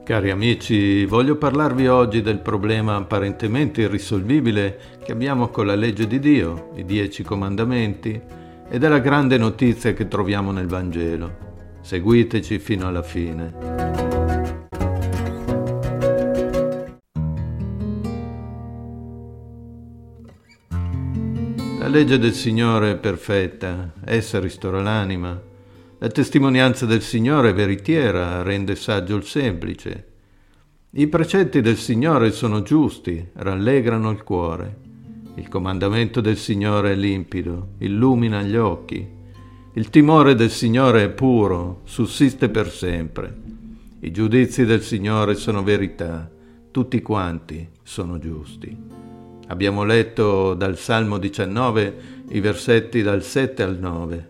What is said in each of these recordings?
Cari amici, voglio parlarvi oggi del problema apparentemente irrisolvibile che abbiamo con la legge di Dio, i 10 comandamenti, e della grande notizia che troviamo nel Vangelo. Seguiteci fino alla fine. La legge del Signore è perfetta, essa ristora l'anima. La testimonianza del Signore è veritiera, rende saggio il semplice. I precetti del Signore sono giusti, rallegrano il cuore. Il comandamento del Signore è limpido, illumina gli occhi. Il timore del Signore è puro, sussiste per sempre. I giudizi del Signore sono verità, tutti quanti sono giusti. Abbiamo letto dal Salmo 19 i versetti dal 7 al 9.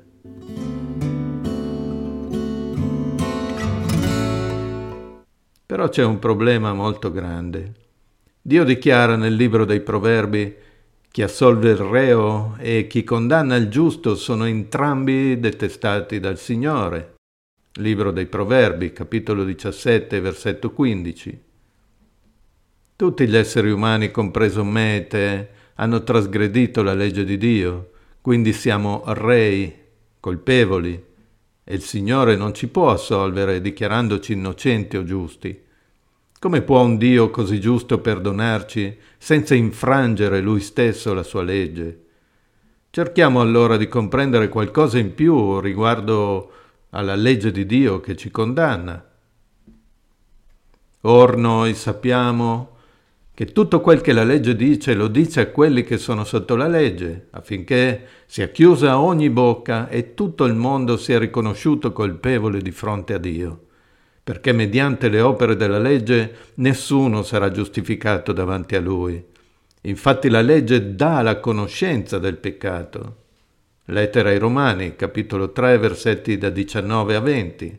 Però c'è un problema molto grande. Dio dichiara nel libro dei Proverbi: chi assolve il reo e chi condanna il giusto sono entrambi detestati dal Signore. Libro dei Proverbi, capitolo 17, versetto 15. Tutti gli esseri umani, compreso me e te, hanno trasgredito la legge di Dio, quindi siamo rei, colpevoli, e il Signore non ci può assolvere dichiarandoci innocenti o giusti. Come può un Dio così giusto perdonarci senza infrangere Lui stesso la sua legge? Cerchiamo allora di comprendere qualcosa in più riguardo alla legge di Dio che ci condanna. Or noi sappiamo che tutto quel che la legge dice lo dice a quelli che sono sotto la legge, affinché sia chiusa ogni bocca e tutto il mondo sia riconosciuto colpevole di fronte a Dio. Perché mediante le opere della legge nessuno sarà giustificato davanti a Lui. Infatti la legge dà la conoscenza del peccato. Lettera ai Romani, capitolo 3, versetti da 19 a 20.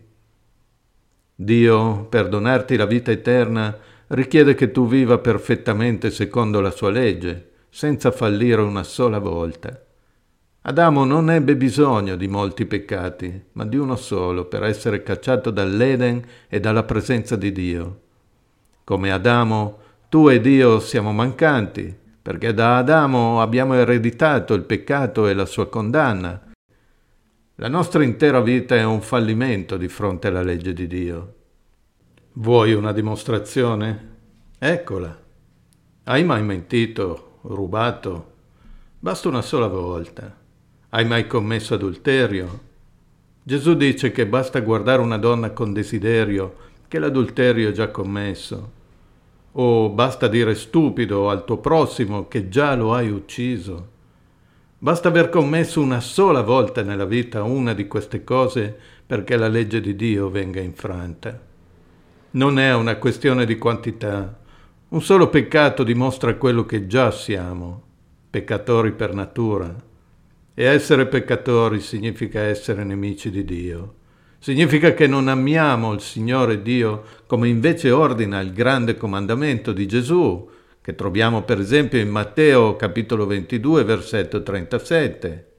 Dio, per donarti la vita eterna, richiede che tu viva perfettamente secondo la sua legge, senza fallire una sola volta. Adamo non ebbe bisogno di molti peccati, ma di uno solo per essere cacciato dall'Eden e dalla presenza di Dio. Come Adamo, tu ed io siamo mancanti, perché da Adamo abbiamo ereditato il peccato e la sua condanna. La nostra intera vita è un fallimento di fronte alla legge di Dio. Vuoi una dimostrazione? Eccola. Hai mai mentito, rubato? Basta una sola volta. Hai mai commesso adulterio? Gesù dice che basta guardare una donna con desiderio che l'adulterio è già commesso. O basta dire stupido al tuo prossimo che già lo hai ucciso. Basta aver commesso una sola volta nella vita una di queste cose perché la legge di Dio venga infranta. Non è una questione di quantità. Un solo peccato dimostra quello che già siamo, peccatori per natura. E essere peccatori significa essere nemici di Dio. Significa che non amiamo il Signore Dio come invece ordina il grande comandamento di Gesù, che troviamo per esempio in Matteo capitolo 22, versetto 37.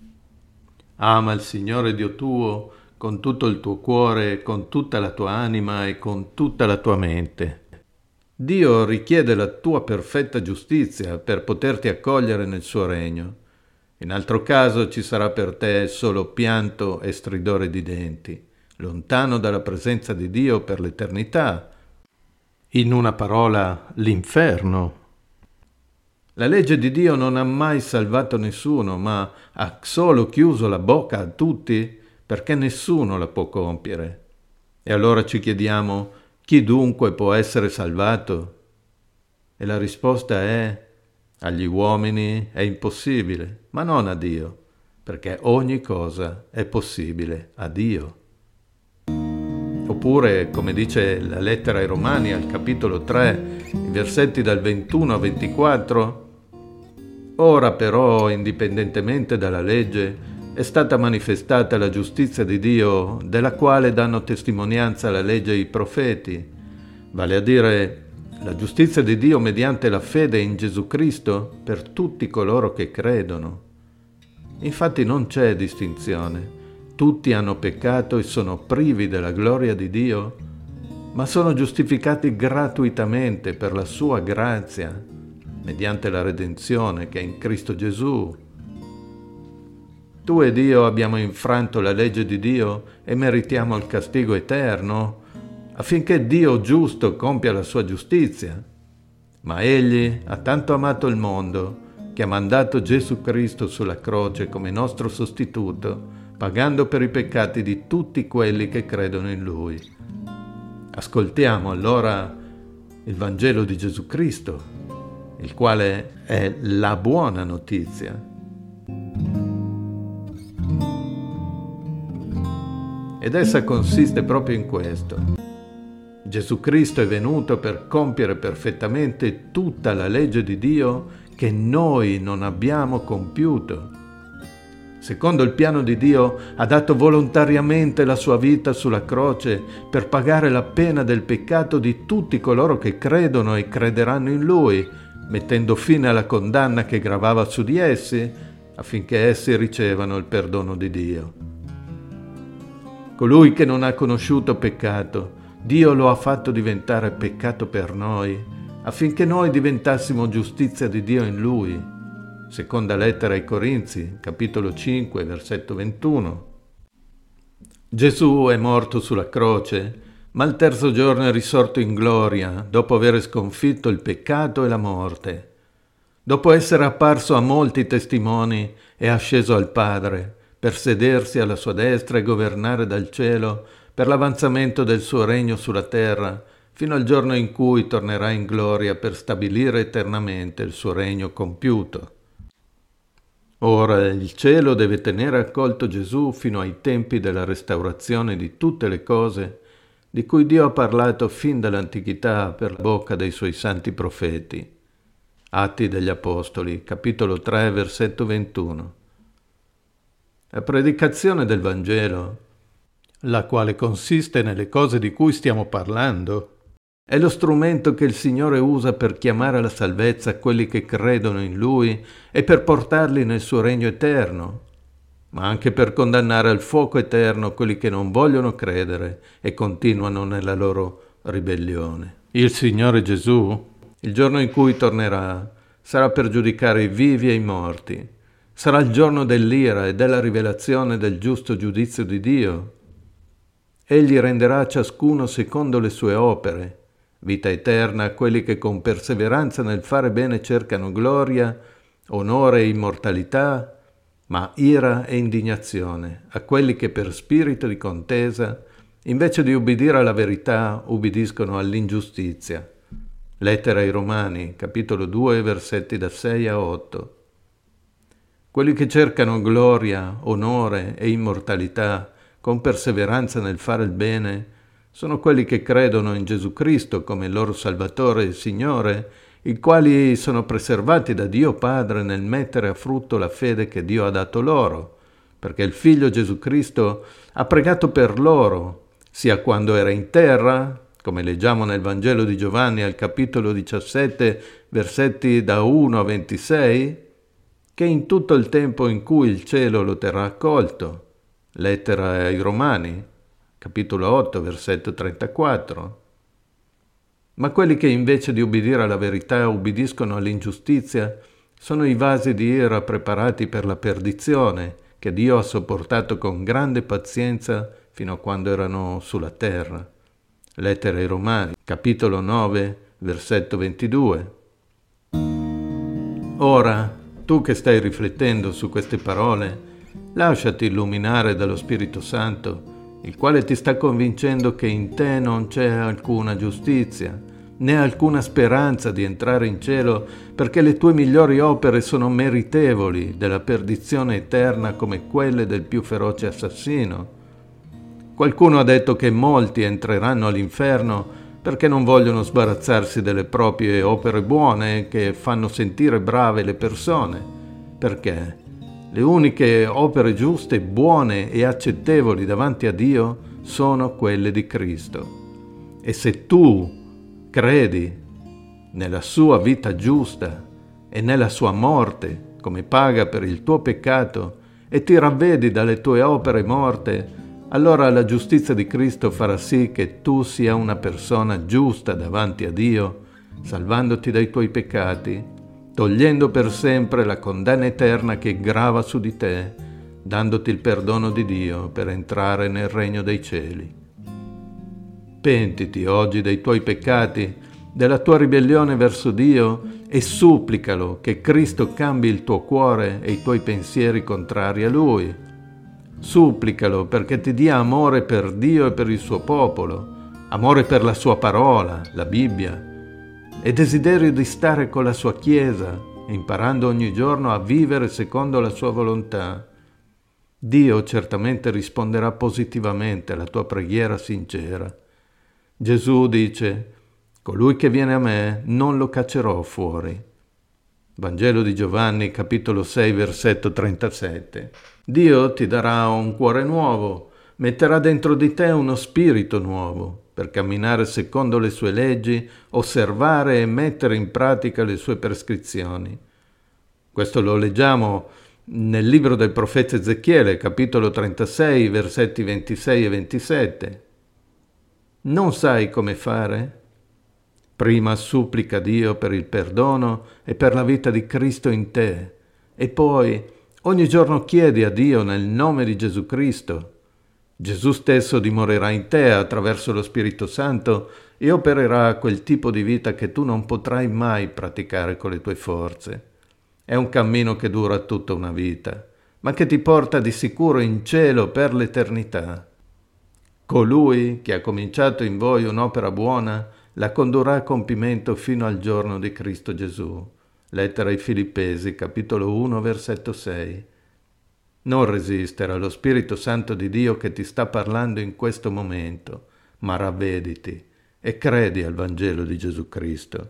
Ama il Signore Dio tuo con tutto il tuo cuore, con tutta la tua anima e con tutta la tua mente. Dio richiede la tua perfetta giustizia per poterti accogliere nel suo regno. In altro caso ci sarà per te solo pianto e stridore di denti, lontano dalla presenza di Dio per l'eternità. In una parola, l'inferno. La legge di Dio non ha mai salvato nessuno, ma ha solo chiuso la bocca a tutti perché nessuno la può compiere. E allora ci chiediamo: chi dunque può essere salvato? E la risposta è: agli uomini è impossibile, ma non a Dio, perché ogni cosa è possibile a Dio. Oppure, come dice la lettera ai Romani al capitolo 3, i versetti dal 21 a 24, ora però, indipendentemente dalla legge, è stata manifestata la giustizia di Dio, della quale danno testimonianza la legge e i profeti, vale a dire la giustizia di Dio mediante la fede in Gesù Cristo per tutti coloro che credono. Infatti non c'è distinzione. Tutti hanno peccato e sono privi della gloria di Dio ma sono giustificati gratuitamente per la sua grazia, mediante la redenzione che è in Cristo Gesù. Tu ed io abbiamo infranto la legge di Dio e meritiamo il castigo eterno, affinché Dio giusto compia la sua giustizia. Ma Egli ha tanto amato il mondo che ha mandato Gesù Cristo sulla croce come nostro sostituto, pagando per i peccati di tutti quelli che credono in Lui. Ascoltiamo allora il Vangelo di Gesù Cristo, il quale è la buona notizia. Ed essa consiste proprio in questo. Gesù Cristo è venuto per compiere perfettamente tutta la legge di Dio che noi non abbiamo compiuto. Secondo il piano di Dio, ha dato volontariamente la sua vita sulla croce per pagare la pena del peccato di tutti coloro che credono e crederanno in Lui, mettendo fine alla condanna che gravava su di essi, affinché essi ricevano il perdono di Dio. Colui che non ha conosciuto peccato, Dio lo ha fatto diventare peccato per noi, affinché noi diventassimo giustizia di Dio in Lui. Seconda lettera ai Corinzi, capitolo 5, versetto 21. Gesù è morto sulla croce, ma il terzo giorno è risorto in gloria, dopo aver sconfitto il peccato e la morte. Dopo essere apparso a molti testimoni, è asceso al Padre, per sedersi alla sua destra e governare dal cielo per l'avanzamento del suo regno sulla terra, fino al giorno in cui tornerà in gloria per stabilire eternamente il suo regno compiuto. Ora il cielo deve tenere accolto Gesù fino ai tempi della restaurazione di tutte le cose di cui Dio ha parlato fin dall'antichità per la bocca dei suoi santi profeti. Atti degli Apostoli, capitolo 3, versetto 21. La predicazione del Vangelo, la quale consiste nelle cose di cui stiamo parlando, è lo strumento che il Signore usa per chiamare alla salvezza quelli che credono in Lui e per portarli nel suo regno eterno, ma anche per condannare al fuoco eterno quelli che non vogliono credere e continuano nella loro ribellione. Il Signore Gesù, il giorno in cui tornerà, sarà per giudicare i vivi e i morti. Sarà il giorno dell'ira e della rivelazione del giusto giudizio di Dio. Egli renderà a ciascuno secondo le sue opere, vita eterna a quelli che con perseveranza nel fare bene cercano gloria, onore e immortalità, ma ira e indignazione a quelli che per spirito di contesa, invece di ubbidire alla verità, ubbidiscono all'ingiustizia. Lettera ai Romani, capitolo 2, versetti da 6 a 8. Quelli che cercano gloria, onore e immortalità con perseveranza nel fare il bene sono quelli che credono in Gesù Cristo come loro Salvatore e Signore, i quali sono preservati da Dio Padre nel mettere a frutto la fede che Dio ha dato loro, perché il Figlio Gesù Cristo ha pregato per loro, sia quando era in terra, come leggiamo nel Vangelo di Giovanni al capitolo 17, versetti da 1 a 26, che in tutto il tempo in cui il cielo lo terrà accolto. Lettera ai Romani, capitolo 8, versetto 34. Ma quelli che invece di ubbidire alla verità ubbidiscono all'ingiustizia sono i vasi di ira preparati per la perdizione, che Dio ha sopportato con grande pazienza fino a quando erano sulla terra. Lettera ai Romani, capitolo 9, versetto 22. Ora, tu che stai riflettendo su queste parole, lasciati illuminare dallo Spirito Santo, il quale ti sta convincendo che in te non c'è alcuna giustizia, né alcuna speranza di entrare in cielo, perché le tue migliori opere sono meritevoli della perdizione eterna come quelle del più feroce assassino. Qualcuno ha detto che molti entreranno all'inferno perché non vogliono sbarazzarsi delle proprie opere buone che fanno sentire brave le persone, perché le uniche opere giuste, buone e accettevoli davanti a Dio sono quelle di Cristo. E se tu credi nella sua vita giusta e nella sua morte come paga per il tuo peccato e ti ravvedi dalle tue opere morte, allora la giustizia di Cristo farà sì che tu sia una persona giusta davanti a Dio, salvandoti dai tuoi peccati, togliendo per sempre la condanna eterna che grava su di te, dandoti il perdono di Dio per entrare nel regno dei cieli. Pentiti oggi dei tuoi peccati, della tua ribellione verso Dio e supplicalo che Cristo cambi il tuo cuore e i tuoi pensieri contrari a Lui. Supplicalo perché ti dia amore per Dio e per il suo popolo, amore per la sua parola, la Bibbia, e desiderio di stare con la sua Chiesa, imparando ogni giorno a vivere secondo la sua volontà. Dio certamente risponderà positivamente alla tua preghiera sincera. Gesù dice: colui che viene a me non lo caccerò fuori. Vangelo di Giovanni, capitolo 6, versetto 37. Dio ti darà un cuore nuovo, metterà dentro di te uno spirito nuovo, per camminare secondo le sue leggi, osservare e mettere in pratica le sue prescrizioni. Questo lo leggiamo nel libro del profeta Ezechiele, capitolo 36, versetti 26 e 27. Non sai come fare? Prima supplica Dio per il perdono e per la vita di Cristo in te, e poi ogni giorno chiedi a Dio nel nome di Gesù Cristo. Gesù stesso dimorerà in te attraverso lo Spirito Santo e opererà quel tipo di vita che tu non potrai mai praticare con le tue forze. È un cammino che dura tutta una vita, ma che ti porta di sicuro in cielo per l'eternità. Colui che ha cominciato in voi un'opera buona la condurrà a compimento fino al giorno di Cristo Gesù. Lettera ai Filippesi, capitolo 1, versetto 6. Non resistere allo Spirito Santo di Dio che ti sta parlando in questo momento, ma ravvediti e credi al Vangelo di Gesù Cristo.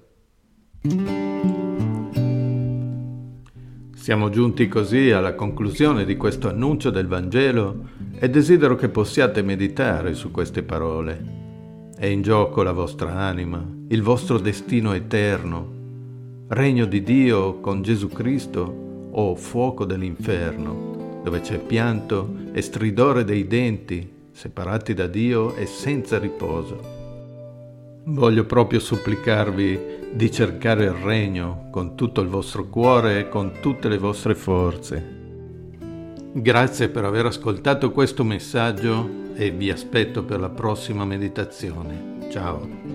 Siamo giunti così alla conclusione di questo annuncio del Vangelo e desidero che possiate meditare su queste parole. È in gioco la vostra anima, il vostro destino eterno, regno di Dio con Gesù Cristo o fuoco dell'inferno, dove c'è pianto e stridore dei denti, separati da Dio e senza riposo. Voglio proprio supplicarvi di cercare il regno con tutto il vostro cuore e con tutte le vostre forze. Grazie per aver ascoltato questo messaggio e vi aspetto per la prossima meditazione. Ciao!